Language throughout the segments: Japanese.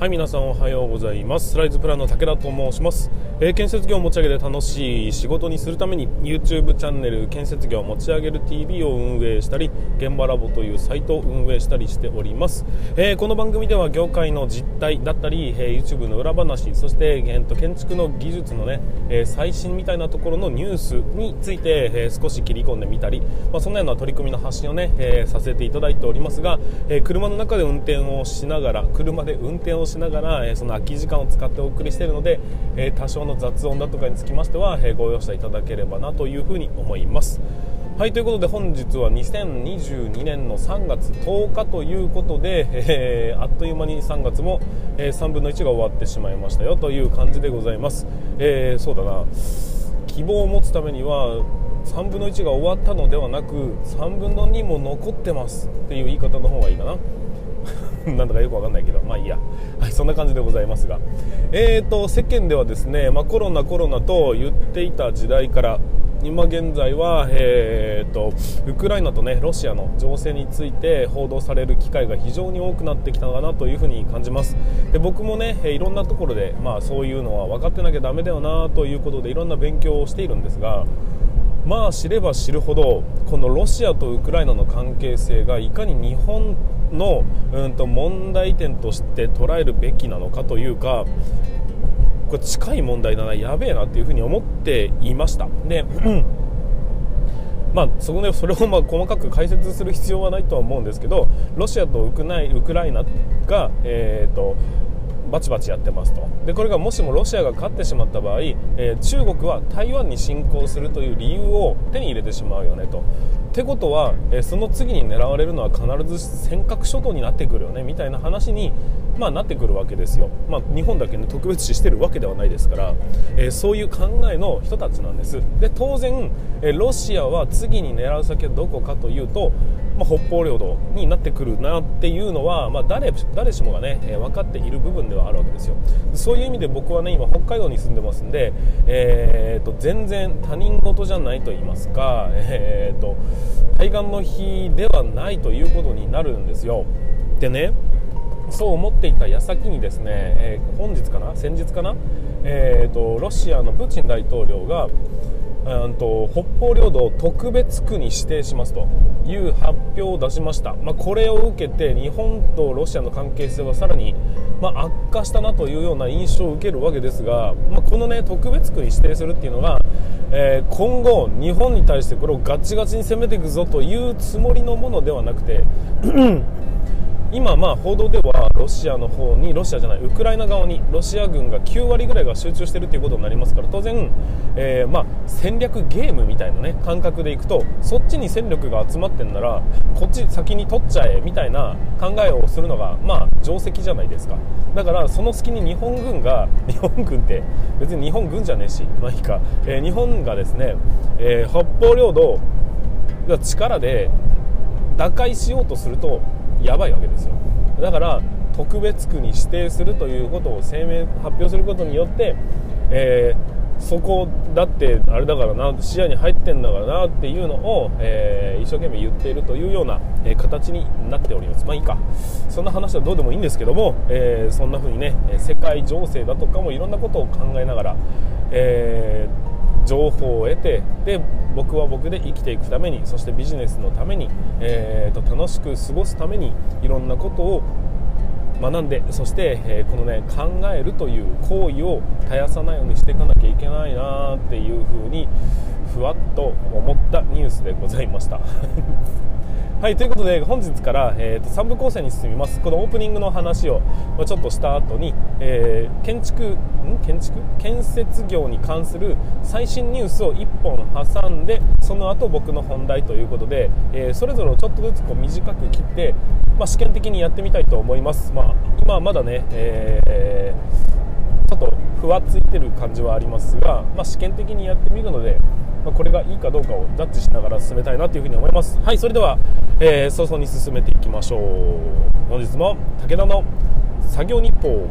はい、皆さんおはようございます。スライズプランの武田と申します。建設業を持ち上げて楽しい仕事にするために YouTube チャンネル建設業を持ち上げる TV を運営したり、現場ラボというサイトを運営したりしております。この番組では業界の実態だったり、YouTube の裏話、そして、建築の技術のね、最新みたいなところのニュースについて、少し切り込んでみたり、そんなような取り組みの発信をね、させていただいておりますが、車の中で運転をしながらその空き時間を使ってお送りしているので、多少の雑音だとかにつきましては、ご容赦いただければなというふうに思います。はい、ということで本日は2022年の3月10日ということで、あっという間に3月も、3分の1が終わってしまいましたよという感じでございます。そうだな、希望を持つためには3分の1が終わったのではなく3分の2も残ってますっていう言い方の方がいいかななんだかよくわかんないけど、まあいいや、はい、そんな感じでございますが、世間ではですね、コロナと言っていた時代から今現在は、ウクライナとねロシアの情勢について報道される機会が非常に多くなってきたかなというふうに感じます。で、僕もねいろんなところで、そういうのは分かってなきゃダメだよなということでいろんな勉強をしているんですが、知れば知るほどこのロシアとウクライナの関係性がいかに日本の、問題点として捉えるべきなのかというか、これ近い問題だな、やべえなっていうふうに思っていました。で、それを細かく解説する必要はないとは思うんですけど、ロシアとウクライナが、バチバチやってますと。で、これがもしもロシアが勝ってしまった場合、中国は台湾に侵攻するという理由を手に入れてしまうよねと。ってことは、その次に狙われるのは必ず尖閣諸島になってくるよねみたいな話に、なってくるわけですよ。日本だけね特別視してるわけではないですから、そういう考えの人たちなんです。で、当然、ロシアは次に狙う先はどこかというと、北方領土になってくるなっていうのは、誰しもがね、分かっている部分ではあるわけですよ。そういう意味で僕はね今北海道に住んでますんで、全然他人事じゃないと言いますか、対岸の火ではないということになるんですよ。でね、そう思っていた矢先にですね、先日かな、ロシアのプーチン大統領が北方領土を特別区に指定しますという発表を出しました。これを受けて日本とロシアの関係性はさらに、悪化したなというような印象を受けるわけですが、このね特別区に指定するっていうのが、今後日本に対してこれをガチガチに攻めていくぞというつもりのものではなくて今報道ではウクライナ側にロシア軍が9割ぐらいが集中しているということになりますから、当然、戦略ゲームみたいなね感覚でいくと、そっちに戦力が集まってんならこっち先に取っちゃえみたいな考えをするのが定石じゃないですか。だからその隙に日本軍って別に日本軍じゃねえし、いいか、日本がですね、北方領土が力で打開しようとするとやばいわけですよ。だから特別区に指定するということを発表することによって、そこだってあれだからな、視野に入ってんだからなっていうのを、一生懸命言っているというような、形になっております。いいか、そんな話はどうでもいいんですけども、そんな風にね世界情勢だとかもいろんなことを考えながら、情報を得て、で僕は僕で生きていくために、そしてビジネスのために、楽しく過ごすためにいろんなことを学んで、そして、このね考えるという行為を絶やさないようにしていかなきゃいけないなっていうふうにふわっと思ったニュースでございましたはい、ということで本日から、3部構成に進みます。このオープニングの話をちょっとした後に、建設業に関する最新ニュースを1本挟んで、その後僕の本題ということで、それぞれをちょっとずつ短く切って、試験的にやってみたいと思います。今はまだね、ちょっとふわついてる感じはありますが、試験的にやってみるので、これがいいかどうかをジャッジしながら進めたいなというふうに思います。はい、それでは、早々に進めていきましょう。本日も武田の作業日報。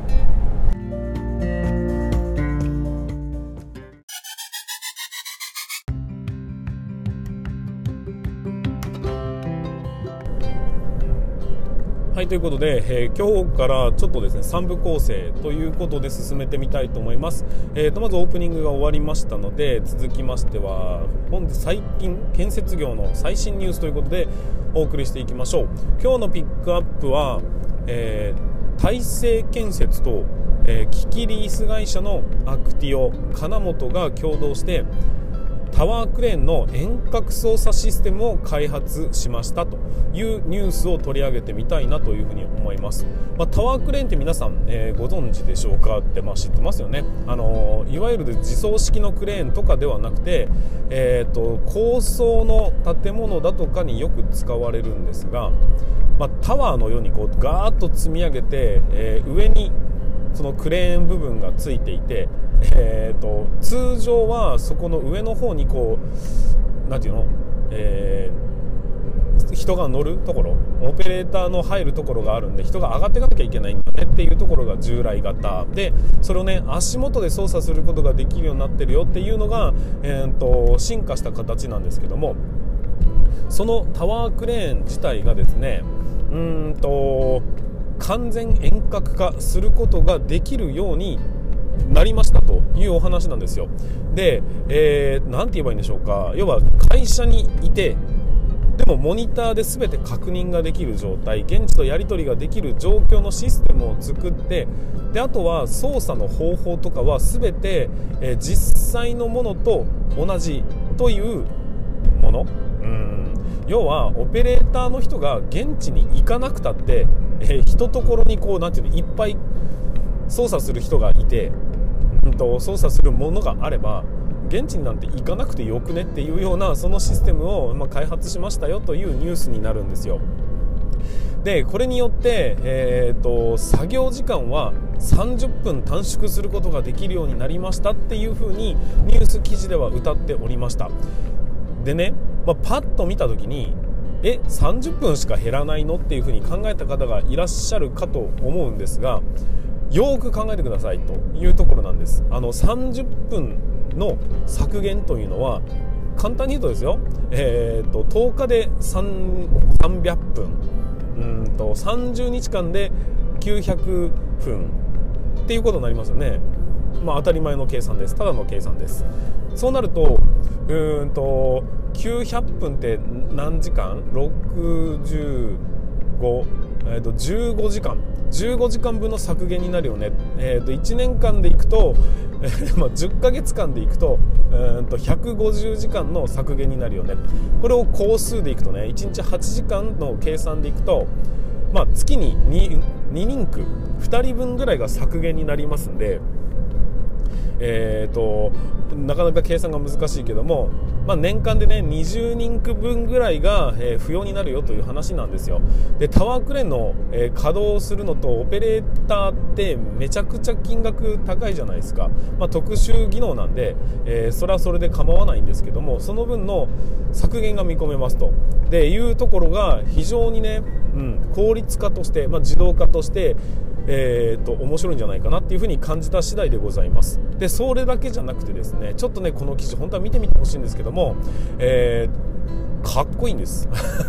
ははい、ということで、今日からちょっとですね3部構成ということで進めてみたいと思います。まずオープニングが終わりましたので、続きましては本日最近建設業の最新ニュースということでお送りしていきましょう。今日のピックアップは、大成建設と、機器リース会社のアクティオ金本が共同してタワークレーンの遠隔操作システムを開発しましたというニュースを取り上げてみたいなというふうに思います。タワークレーンって皆さん、ご存知でしょうかって、知ってますよね。いわゆる自走式のクレーンとかではなくて、高層の建物だとかによく使われるんですが、タワーのようにこうガーッと積み上げて、上にそのクレーン部分がついていて、通常はそこの上の方にこうなんていうの、人が乗るところ、オペレーターの入るところがあるんで、人が上がっていかなきゃいけないんだねっていうところが従来型で、それをね足元で操作することができるようになってるよっていうのが、進化した形なんですけども、そのタワークレーン自体がですね完全遠隔化することができるようになりましたというお話なんですよ。で、なんて言えばいいんでしょうか。要は会社にいて、でもモニターで全て確認ができる状態、現地とやり取りができる状況のシステムを作って、であとは操作の方法とかは全て、実際のものと同じというもの。要はオペレーターの人が現地に行かなくたって、一ところにこうなんていうのいっぱい操作する人がいて、操作するものがあれば現地になんて行かなくてよくねっていうようなそのシステムを開発しましたよというニュースになるんですよ。でこれによって、作業時間は30分短縮することができるようになりましたっていうふうにニュース記事では謳っておりました。でね、パッと見た時に30分しか減らないのっていうふうに考えた方がいらっしゃるかと思うんですが、よーく考えてくださいというところなんです。30分の削減というのは簡単に言うとですよ、10日で300分30日間で900分っていうことになりますよね。当たり前の計算です。ただの計算です。そうなると900分って何時間 ?65、15時間15時間分の削減になるよね。1年間でいくと、10ヶ月間でいくと150時間の削減になるよね。これを工数でいくとね、1日8時間の計算でいくと、月に 2人区2人分ぐらいが削減になりますんで、なかなか計算が難しいけども、年間でね20人区分ぐらいが、不要になるよという話なんですよ。でタワークレーンの、稼働するのとオペレーターってめちゃくちゃ金額高いじゃないですか。特殊技能なんで、それはそれで構わないんですけども、その分の削減が見込めますとでいうところが非常にね、効率化として、自動化として面白いんじゃないかなっていうふうに感じた次第でございます。でそれだけじゃなくてですね、ちょっとねこの記事本当は見てみてほしいんですけども、かっこいいんです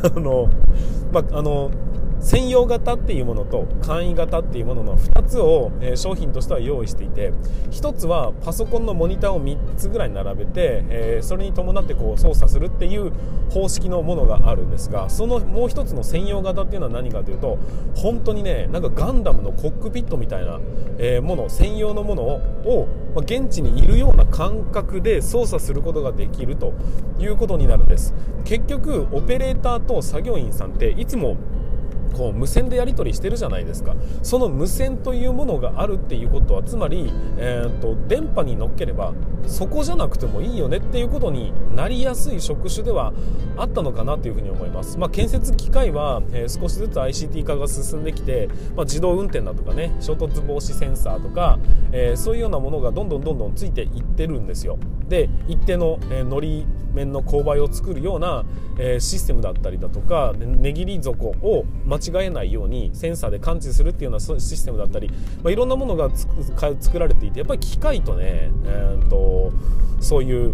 専用型っていうものと簡易型っていうものの2つを、商品としては用意していて、1つはパソコンのモニターを3つぐらい並べて、それに伴ってこう操作するっていう方式のものがあるんですが、そのもう1つの専用型っていうのは何かというと、本当にねなんかガンダムのコックピットみたいな、もの専用のものを現地にいるような感覚で操作することができるということになるんです。結局オペレーターと作業員さんっていつもこう無線でやり取りしてるじゃないですか。その無線というものがあるっていうことは、つまり、電波に乗っければそこじゃなくてもいいよねっていうことになりやすい職種ではあったのかなというふうに思います。建設機械は、少しずつ ICT 化が進んできて、自動運転だとかね、衝突防止センサーとか、そういうようなものがどんどんついていってるんですよ。で一定の、のり面の勾配を作るような、システムだったりだとか、値切り底を間違えないようにセンサーで感知するっていうようなシステムだったり、いろんなものが作られていて、やっぱり機械とね、そういう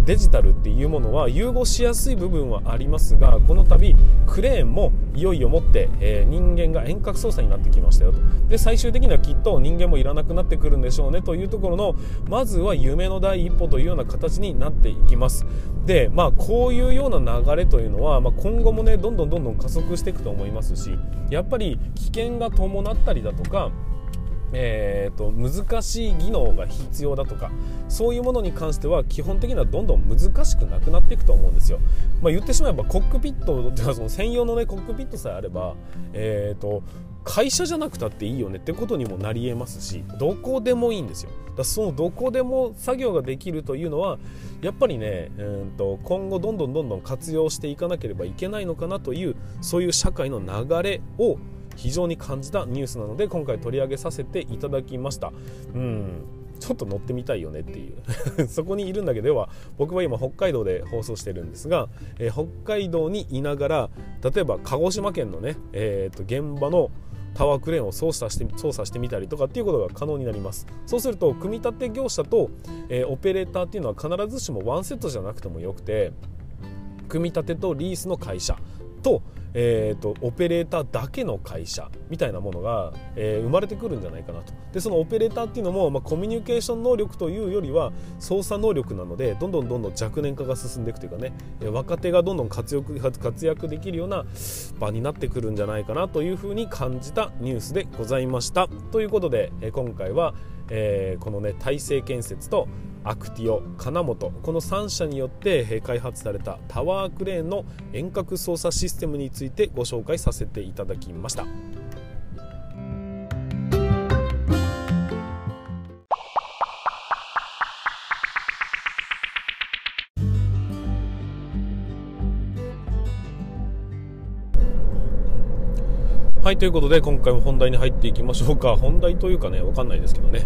デジタルっていうものは融合しやすい部分はありますが、この度クレーンもいよいよもって、人間が遠隔操作になってきましたよと。で最終的にはきっと人間もいらなくなってくるんでしょうねというところの、まずは夢の第一歩というような形になっていきます。でこういうような流れというのは、今後もねどんどん加速していくと思いますし、やっぱり危険が伴ったりだとか、難しい技能が必要だとか、そういうものに関しては基本的にはどんどん難しくなくなっていくと思うんですよ。言ってしまえばコックピットというかその専用の、コックピットさえあれば、会社じゃなくたっていいよねってことにもなり得ますし、どこでもいいんですよ。そのどこでも作業ができるというのはやっぱりね、今後どんどん活用していかなければいけないのかなという、そういう社会の流れを非常に感じたニュースなので今回取り上げさせていただきました。ちょっと乗ってみたいよねっていうそこにいるんだけど、僕は今北海道で放送してるんですが、北海道にいながら例えば鹿児島県のね、現場のタワークレーンを操作してみたりとかっていうことが可能になります。そうすると組み立て業者と、オペレーターっていうのは必ずしもワンセットじゃなくてもよくて、組み立てとリースの会社とオペレーターだけの会社みたいなものが、生まれてくるんじゃないかなと。でそのオペレーターっていうのも、コミュニケーション能力というよりは操作能力なので、どんどん若年化が進んでいくというかね、若手がどんどん活躍できるような場になってくるんじゃないかなというふうに感じたニュースでございました。ということで、今回は、このね大成建設とアクティオ、金本、この3社によって開発されたタワークレーンの遠隔操作システムについてご紹介させていただきました。はい、ということで今回も本題に入っていきましょうか。本題というかね、わかんないですけどね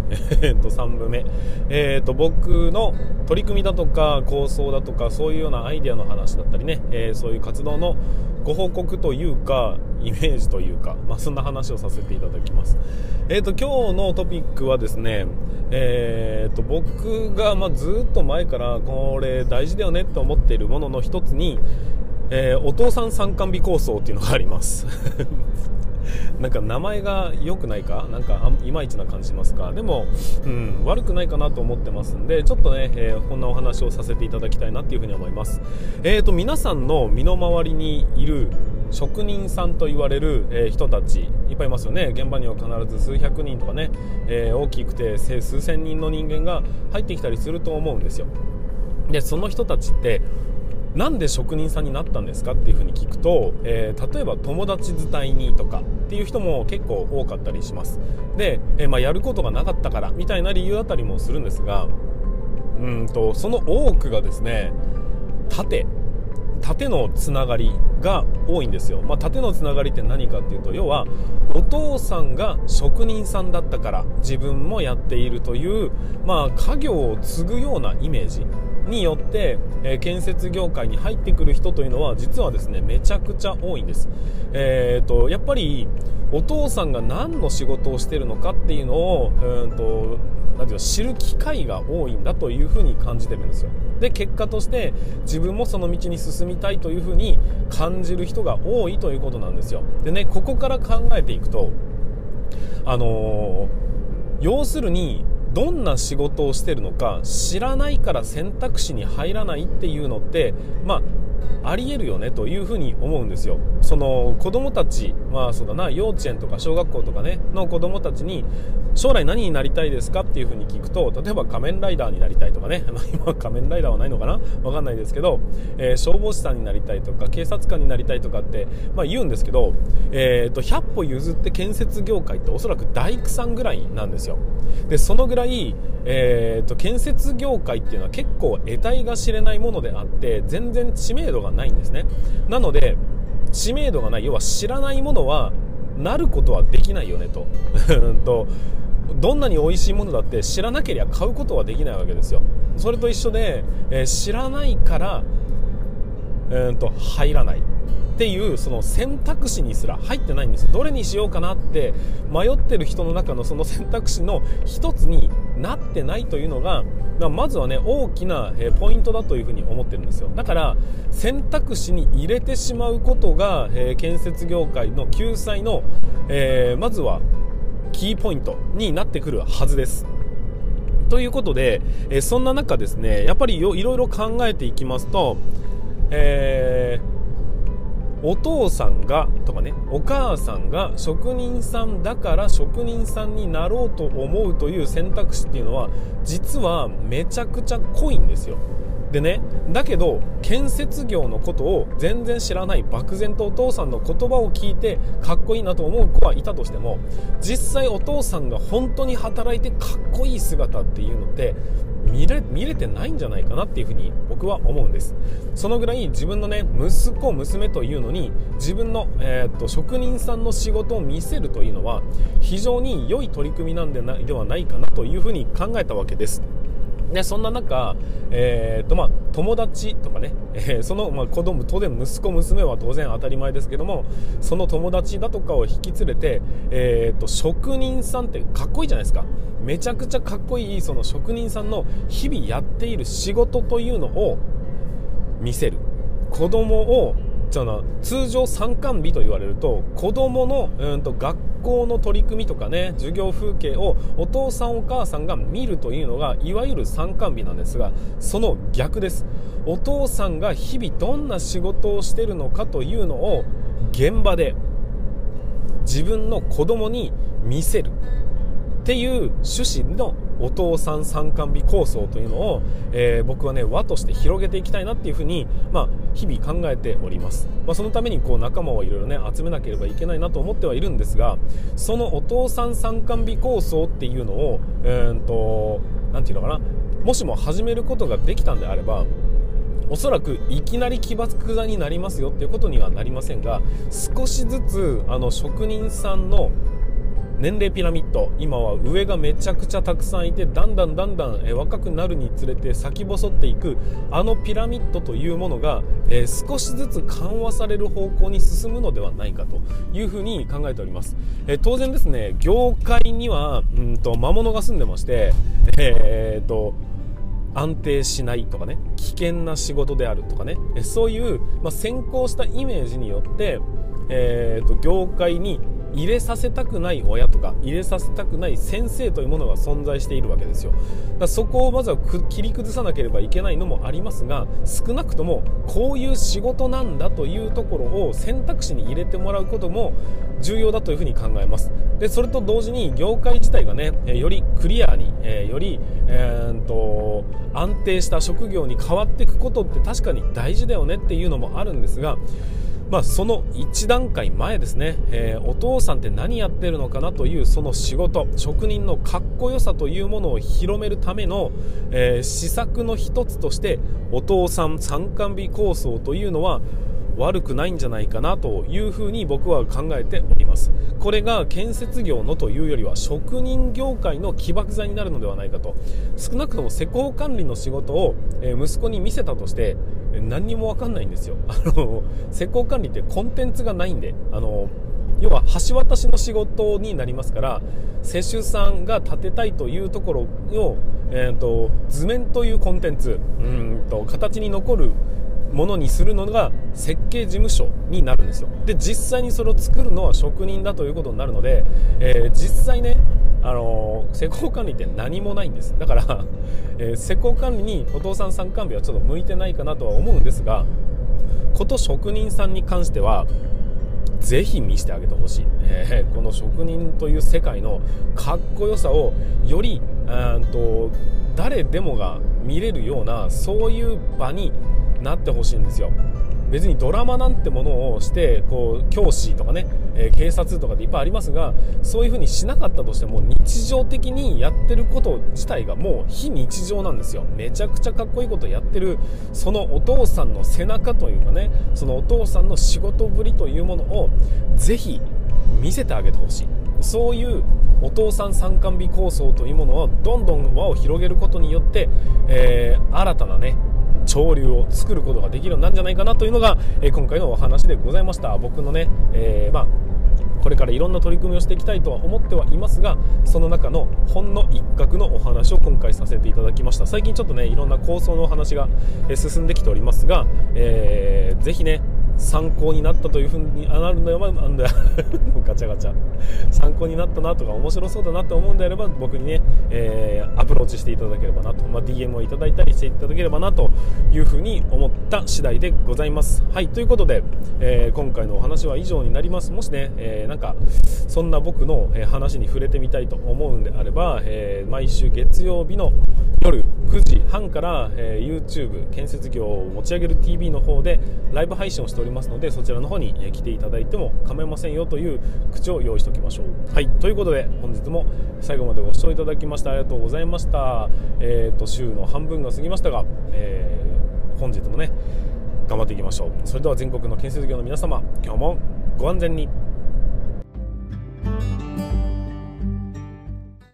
3部目、僕の取り組みだとか構想だとか、そういうようなアイデアの話だったりね、そういう活動のご報告というかイメージというか、そんな話をさせていただきます。今日のトピックはですね、僕がずっと前からこれ大事だよねって思っているものの一つに、お父さん参観日構想っていうのがありますなんか名前が良くないか、なんかいまいちな感じしますか。でも、悪くないかなと思ってますんで、ちょっとね、こんなお話をさせていただきたいなっていうふうに思います。皆さんの身の回りにいる職人さんと言われる、人たちいっぱいいますよね。現場には必ず数百人とかね、大きくて数千人の人間が入ってきたりすると思うんですよ。でその人たちってなんで職人さんになったんですかっていうふうに聞くと、例えば友達伝いにとかっていう人も結構多かったりします。で、やることがなかったからみたいな理由だったりもするんですが、その多くがですね、縦のつながりが多いんですよ。縦のつながりって何かっていうと、要はお父さんが職人さんだったから自分もやっているという、家業を継ぐようなイメージによって、建設業界に入ってくる人というのは実はですねめちゃくちゃ多いんです。やっぱりお父さんが何の仕事をしているのかっていうのをなんていうの、知る機会が多いんだというふうに感じてるんですよ。で結果として自分もその道に進みたいというふうに感じる人が多いということなんですよ。でね、ここから考えていくと、要するにどんな仕事をしてるのか知らないから選択肢に入らないっていうのってありえるよねというふうに思うんですよ。その子供たち、そうだな、幼稚園とか小学校とかねの子供たちに将来何になりたいですかっていうふうに聞くと、例えば仮面ライダーになりたいとかね、今仮面ライダーはないのかな、わかんないですけど、消防士さんになりたいとか警察官になりたいとかって言うんですけど、100歩譲って建設業界っておそらく大工さんぐらいなんですよ。でそのぐらい、建設業界っていうのは結構得体が知れないものであって全然知名度がないんですね。なので知名度がない、要は知らないものはなることはできないよねとどんなに美味しいものだって知らなければ買うことはできないわけですよ。それと一緒で、知らないから入らないっていうその選択肢にすら入ってないんです。どれにしようかなって迷ってる人の中のその選択肢の一つになってないというのが、まずはね大きなポイントだというふうに思ってるんですよ。だから選択肢に入れてしまうことが建設業界の救済のまずはキーポイントになってくるはずです。ということでそんな中ですね、やっぱりいろいろ考えていきますと、お父さんがとかね、お母さんが職人さんだから職人さんになろうと思うという選択肢っていうのは実はめちゃくちゃ濃いんですよ。でね、だけど建設業のことを全然知らない、漠然とお父さんの言葉を聞いてかっこいいなと思う子はいたとしても、実際お父さんが本当に働いてかっこいい姿っていうのって見れてないんじゃないかなっていうふうに僕は思うんです。そのぐらい自分のね息子娘というのに自分の、職人さんの仕事を見せるというのは非常に良い取り組みなんではないかなというふうに考えたわけです。でそんな中、友達とかね、その、子供当然息子娘は当然当たり前ですけども、その友達だとかを引き連れて、職人さんってかっこいいじゃないですか。めちゃくちゃかっこいいその職人さんの日々やっている仕事というのを見せる。子供を通常参観日と言われると子供の学校の取り組みとかね、授業風景をお父さんお母さんが見るというのがいわゆる参観日なんですが、その逆です。お父さんが日々どんな仕事をしているのかというのを現場で自分の子供に見せるっていう趣旨のお父さん参観日構想というのを、僕はね輪として広げていきたいなっていうふうに、日々考えております。そのために仲間をいろいろね集めなければいけないなと思ってはいるんですが、そのお父さん参観日構想っていうのをなんていうのかな、もしも始めることができたんであればおそらくいきなり奇抜座になりますよっていうことにはなりませんが、少しずつ職人さんの年齢ピラミッド、今は上がめちゃくちゃたくさんいてだんだん若くなるにつれて先細っていくピラミッドというものが、少しずつ緩和される方向に進むのではないかというふうに考えております。当然ですね、業界には魔物が住んでまして、安定しないとかね、危険な仕事であるとかね、そういう、先行したイメージによって、業界に入れさせたくない親とか入れさせたくない先生というものが存在しているわけですよ。だからそこをまずは切り崩さなければいけないのもありますが、少なくともこういう仕事なんだというところを選択肢に入れてもらうことも重要だというふうに考えます。でそれと同時に業界自体がねよりクリアに、より、安定した職業に変わっていくことって確かに大事だよねっていうのもあるんですが、その一段階前ですね、お父さんって何やってるのかなというその仕事、職人のかっこよさというものを広めるための、施策の一つとしてお父さん参観日構想というのは悪くないんじゃないかなというふうに僕は考えております。これが建設業のというよりは職人業界の起爆剤になるのではないかと。少なくとも施工管理の仕事を息子に見せたとして何にも分かんないんですよ。施工管理ってコンテンツがないんで、要は橋渡しの仕事になりますから、施主さんが建てたいというところを、図面というコンテンツ形に残るものにするのが設計事務所になるんですよ。で実際にそれを作るのは職人だということになるので、実際ね施工管理って何もないんです。だから、施工管理にお父さん参観日はちょっと向いてないかなとは思うんですが、こと職人さんに関してはぜひ見せてあげてほしい。この職人という世界のかっこよさをより誰でもが見れるようなそういう場になってほしいんですよ。別にドラマなんてものをして教師とかね、警察とかでいっぱいありますが、そういう風にしなかったとしても日常的にやってること自体がもう非日常なんですよ。めちゃくちゃかっこいいことやってるそのお父さんの背中というかね、そのお父さんの仕事ぶりというものをぜひ見せてあげてほしい。そういうお父さん参観日構想というものをどんどん輪を広げることによって、新たなね潮流を作ることができるようになるんじゃないかなというのが、今回のお話でございました。僕のね、これからいろんな取り組みをしていきたいとは思ってはいますが、その中のほんの一角のお話を今回させていただきました。最近ちょっとねいろんな構想のお話が進んできておりますが、ぜひね参考になったというふうになるのでなんだガチャガチャ参考になったなとか面白そうだなと思うんであれば僕にね、アプローチしていただければなと、DM をいただいたりしていただければなというふうに思った次第でございます。はい、ということで、今回のお話は以上になります。もしね、なんかそんな僕の話に触れてみたいと思うんであれば、毎週月曜日の夜9時半から、YouTube 建設業を持ち上げる TV の方でライブ配信をしておりますので、そちらの方に来ていただいても構いませんよという口を用意しておきましょう。はい、ということで本日も最後までご視聴いただきましてありがとうございました。週の半分が過ぎましたが、本日もね頑張っていきましょう。それでは全国の建設業の皆様、今日もご安全に。